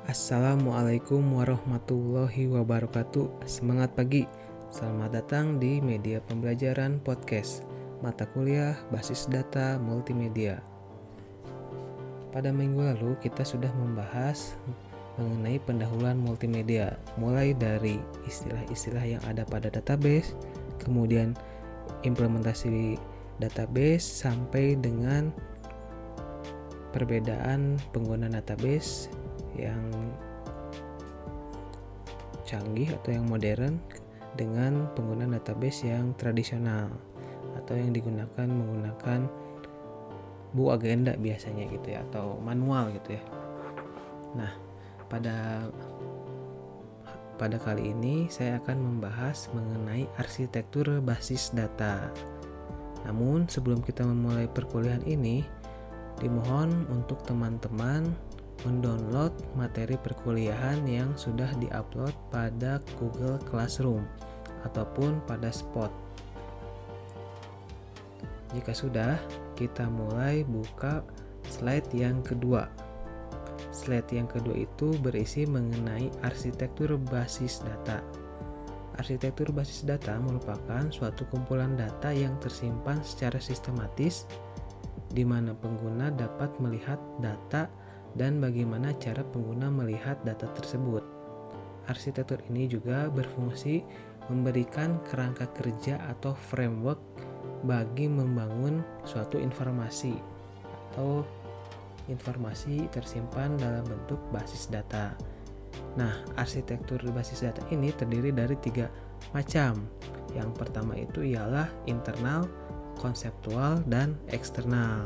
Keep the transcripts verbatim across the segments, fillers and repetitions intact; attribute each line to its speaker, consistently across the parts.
Speaker 1: Assalamualaikum warahmatullahi wabarakatuh. Semangat pagi. Selamat datang di media pembelajaran podcast mata kuliah basis data multimedia. Pada minggu lalu kita sudah membahas mengenai pendahuluan multimedia, mulai dari istilah-istilah yang ada pada database, kemudian implementasi database sampai dengan perbedaan pengguna database yang canggih atau yang modern dengan pengguna database yang tradisional atau yang digunakan menggunakan buku agenda biasanya gitu ya, atau manual gitu ya. Nah, pada pada kali ini saya akan membahas mengenai arsitektur basis data. Namun sebelum kita memulai perkuliahan ini, dimohon untuk teman-teman mendownload materi perkuliahan yang sudah diupload pada Google Classroom ataupun pada Spot. Jika sudah, kita mulai buka slide yang kedua. Slide yang kedua itu berisi mengenai arsitektur basis data. Arsitektur basis data merupakan suatu kumpulan data yang tersimpan secara sistematis di mana pengguna dapat melihat data dan bagaimana cara pengguna melihat data tersebut. Arsitektur ini juga berfungsi memberikan kerangka kerja atau framework bagi membangun suatu informasi atau informasi tersimpan dalam bentuk basis data. Nah, arsitektur basis data ini terdiri dari tiga macam. Yang pertama itu ialah internal, konseptual, dan eksternal.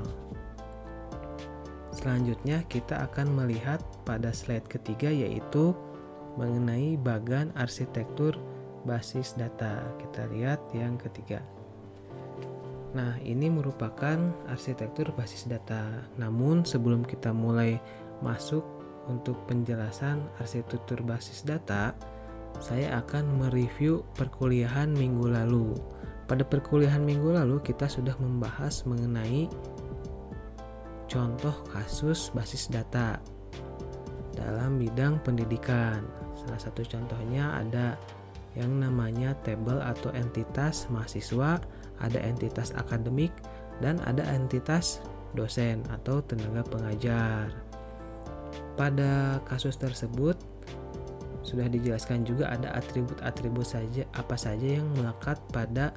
Speaker 1: Selanjutnya kita akan melihat pada slide ketiga, yaitu mengenai bagan arsitektur basis data. Kita lihat yang ketiga. Nah, ini merupakan arsitektur basis data. Namun sebelum kita mulai masuk untuk penjelasan arsitektur basis data, saya akan mereview perkuliahan minggu lalu. Pada perkuliahan minggu lalu kita sudah membahas mengenai contoh kasus basis data dalam bidang pendidikan. Salah satu contohnya ada yang namanya tabel atau entitas mahasiswa, ada entitas akademik, dan ada entitas dosen atau tenaga pengajar. Pada kasus tersebut sudah dijelaskan juga ada atribut-atribut saja apa saja yang melekat pada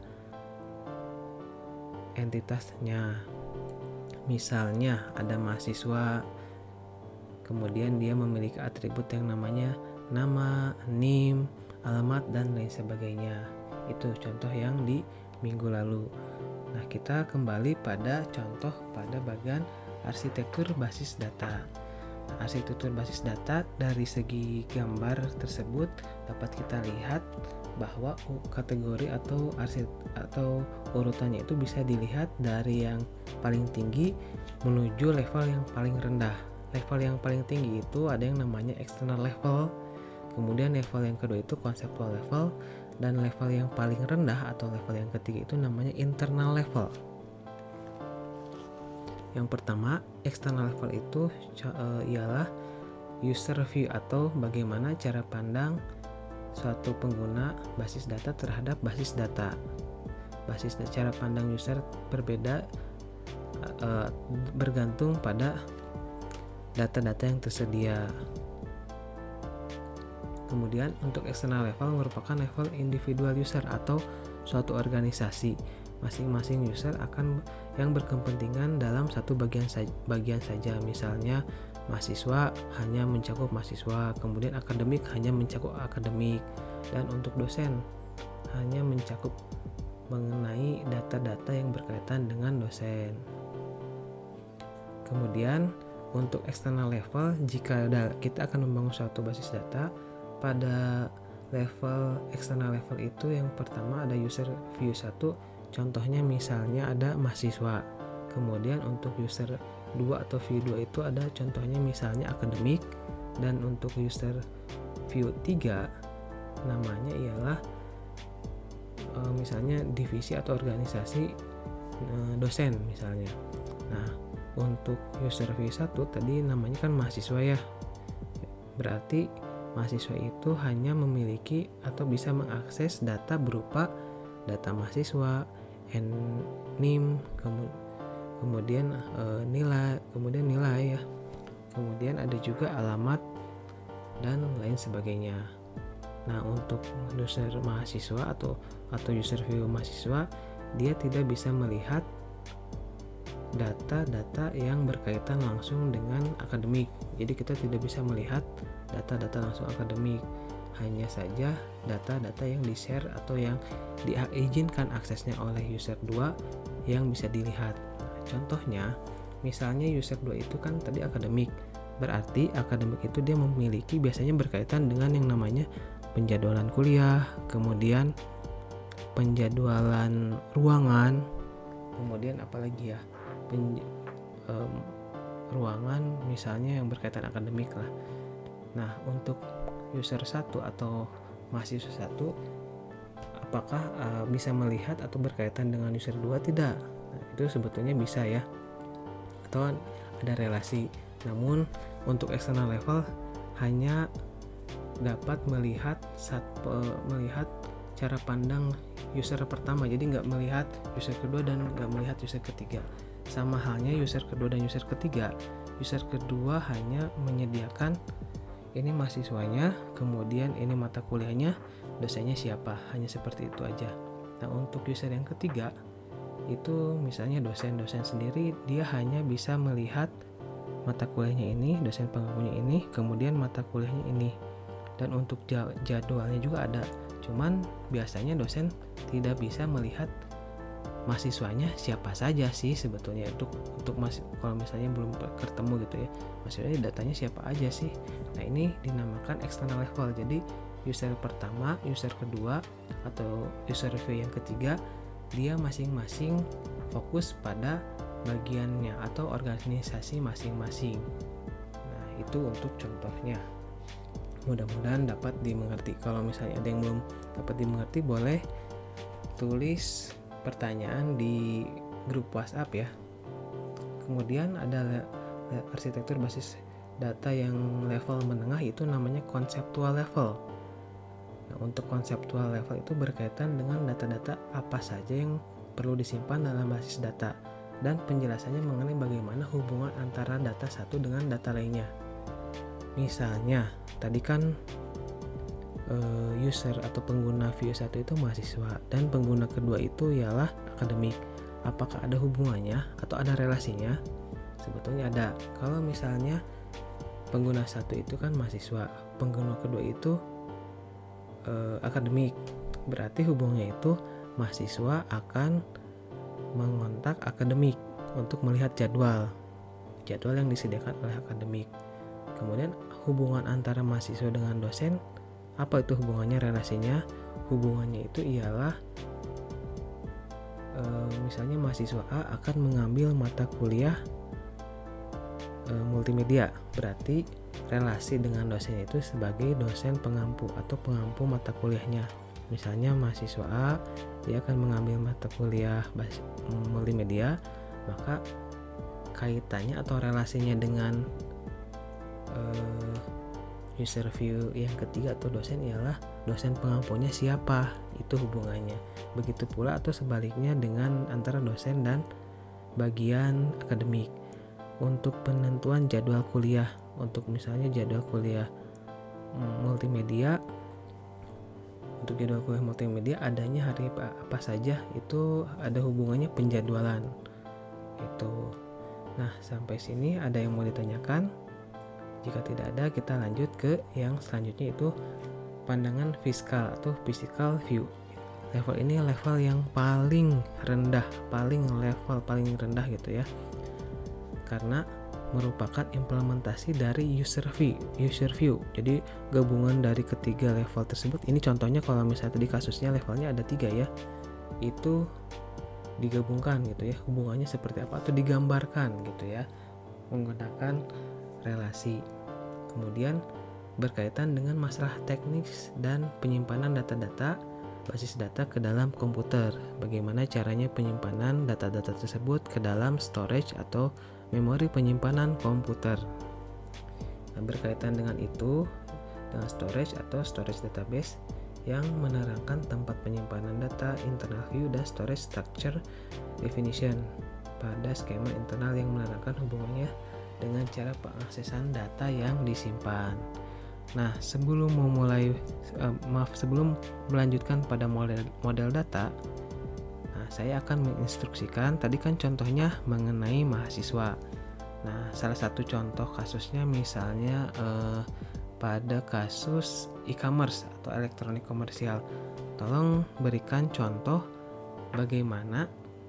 Speaker 1: entitasnya. Misalnya ada mahasiswa, kemudian dia memiliki atribut yang namanya nama, N I M, alamat, dan lain sebagainya. Itu contoh yang di minggu lalu. Nah, kita kembali pada contoh pada bagian arsitektur basis data. Nah, arsitektur basis data dari segi gambar tersebut dapat kita lihat bahwa kategori atau arsit atau urutannya itu bisa dilihat dari yang paling tinggi menuju level yang paling rendah. Level yang paling tinggi itu ada yang namanya external level, kemudian level yang kedua itu conceptual level, dan level yang paling rendah atau level yang ketiga itu namanya internal level. Yang pertama, external level itu uh, ialah user view atau bagaimana cara pandang suatu pengguna basis data terhadap basis data. Basis cara pandang user berbeda uh, bergantung pada data-data yang tersedia. Kemudian untuk external level merupakan level individual user atau suatu organisasi. Masing-masing user akan yang berkepentingan dalam satu bagian saja, bagian saja. Misalnya mahasiswa hanya mencakup mahasiswa, kemudian akademik hanya mencakup akademik, dan untuk dosen hanya mencakup mengenai data-data yang berkaitan dengan dosen. Kemudian untuk external level, jika kita akan membangun suatu basis data, pada level external level itu yang pertama ada user view satu, contohnya misalnya ada mahasiswa. Kemudian untuk user dua atau view dua itu ada contohnya misalnya akademik, dan untuk user view tiga namanya ialah e, misalnya divisi atau organisasi e, dosen misalnya. Nah, untuk user view satu tadi namanya kan mahasiswa ya. Berarti mahasiswa itu hanya memiliki atau bisa mengakses data berupa data mahasiswa, N I M, kemudian e, nilai, kemudian nilai ya. Kemudian ada juga alamat dan lain sebagainya. Nah, untuk user mahasiswa atau atau user view mahasiswa, dia tidak bisa melihat data-data yang berkaitan langsung dengan akademik. Jadi kita tidak bisa melihat data-data langsung akademik, hanya saja data-data yang di-share atau yang diizinkan aksesnya oleh user dua yang bisa dilihat. Nah, contohnya, misalnya user dua itu kan tadi akademik, berarti akademik itu dia memiliki biasanya berkaitan dengan yang namanya penjadwalan kuliah, kemudian penjadwalan ruangan, kemudian apalagi ya, pen, um, ruangan misalnya yang berkaitan akademik lah. Nah, untuk user satu atau mahasiswa satu, apakah uh, bisa melihat atau berkaitan dengan user dua? Tidak. Nah, itu sebetulnya bisa ya, atau ada relasi. Namun untuk external level hanya dapat melihat saat uh, melihat cara pandang user pertama, jadi nggak melihat user kedua dan nggak melihat user ketiga. Sama halnya user kedua dan user ketiga, user kedua hanya menyediakan ini mahasiswanya, kemudian ini mata kuliahnya, dosennya siapa, hanya seperti itu aja. Nah, untuk user yang ketiga itu misalnya dosen-dosen sendiri, dia hanya bisa melihat mata kuliahnya ini, dosen pengampunya ini, kemudian mata kuliahnya ini. Dan untuk jadwalnya juga ada, cuman biasanya dosen tidak bisa melihat mahasiswanya siapa saja sih sebetulnya. Untuk untuk mas kalau misalnya belum ketemu gitu ya, maksudnya datanya siapa aja sih. Nah, ini dinamakan external level. Jadi user pertama, user kedua, atau user view yang ketiga, dia masing-masing fokus pada bagiannya atau organisasi masing-masing. Nah, itu untuk contohnya. Mudah-mudahan dapat dimengerti. Kalau misalnya ada yang belum dapat dimengerti, boleh tulis pertanyaan di grup WhatsApp ya. Kemudian ada le- le- arsitektur basis data yang level menengah, itu namanya konseptual level. Nah, untuk konseptual level itu berkaitan dengan data-data apa saja yang perlu disimpan dalam basis data dan penjelasannya mengenai bagaimana hubungan antara data satu dengan data lainnya. Misalnya, tadi kan uh, user atau pengguna view satu itu mahasiswa dan pengguna kedua itu ialah akademik. Apakah ada hubungannya atau ada relasinya? Sebetulnya ada. Kalau misalnya pengguna satu itu kan mahasiswa, pengguna kedua itu uh, akademik, berarti hubungannya itu mahasiswa akan mengontak akademik untuk melihat jadwal jadwal yang disediakan oleh akademik. Kemudian hubungan antara mahasiswa dengan dosen, apa itu hubungannya, relasinya? Hubungannya itu ialah e, misalnya mahasiswa A akan mengambil mata kuliah e, multimedia, berarti relasi dengan dosen itu sebagai dosen pengampu atau pengampu mata kuliahnya. Misalnya mahasiswa A, dia akan mengambil mata kuliah multimedia, maka kaitannya atau relasinya dengan uh, user view yang ketiga atau dosen ialah dosen pengampunya siapa, itu hubungannya. Begitu pula atau sebaliknya dengan antara dosen dan bagian akademik. Untuk penentuan jadwal kuliah, untuk misalnya jadwal kuliah multimedia, untuk jadwal kuliah multimedia adanya hari apa, apa saja, itu ada hubungannya penjadwalan itu. Nah, sampai sini ada yang mau ditanyakan? Jika tidak ada, kita lanjut ke yang selanjutnya, itu pandangan fiskal atau physical view. Level ini level yang paling rendah, paling level paling rendah gitu ya. Karena merupakan implementasi dari user view, user view. Jadi gabungan dari ketiga level tersebut. Ini contohnya kalau misalnya tadi kasusnya levelnya ada tiga ya, itu digabungkan gitu ya, hubungannya seperti apa atau digambarkan gitu ya menggunakan relasi. Kemudian berkaitan dengan masalah teknis dan penyimpanan data-data basis data ke dalam komputer. Bagaimana caranya penyimpanan data-data tersebut ke dalam storage atau memori penyimpanan komputer. Nah, berkaitan dengan itu, dengan storage atau storage database yang menerangkan tempat penyimpanan data, internal view, dan storage structure definition pada skema internal yang menerangkan hubungannya dengan cara pengaksesan data yang disimpan. Nah, sebelum memulai eh, maaf sebelum melanjutkan pada model model data, nah saya akan menginstruksikan, tadi kan contohnya mengenai mahasiswa. Nah, salah satu contoh kasusnya misalnya eh, pada kasus e-commerce atau elektronik komersial. Tolong berikan contoh bagaimana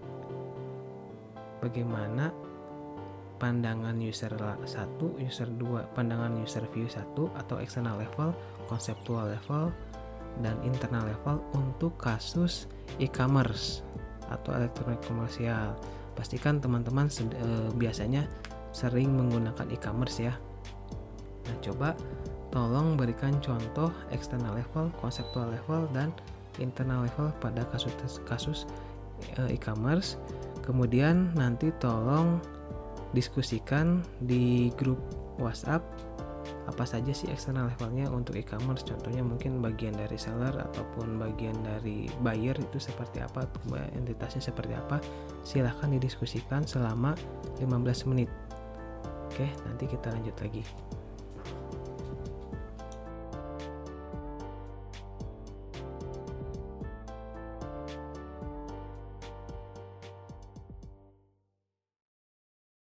Speaker 1: bagaimana pandangan user satu, user dua, pandangan user view satu atau external level, conceptual level, dan internal level untuk kasus e-commerce atau elektronik komersial. Pastikan teman-teman e, biasanya sering menggunakan e-commerce ya. Nah, coba tolong berikan contoh external level, conceptual level, dan internal level pada kasus kasus e, e-commerce. Kemudian nanti tolong diskusikan di grup WhatsApp apa saja sih external levelnya untuk e-commerce. Contohnya mungkin bagian dari seller ataupun bagian dari buyer itu seperti apa, entitasnya seperti apa. Silahkan didiskusikan selama lima belas menit. Oke, nanti kita lanjut lagi.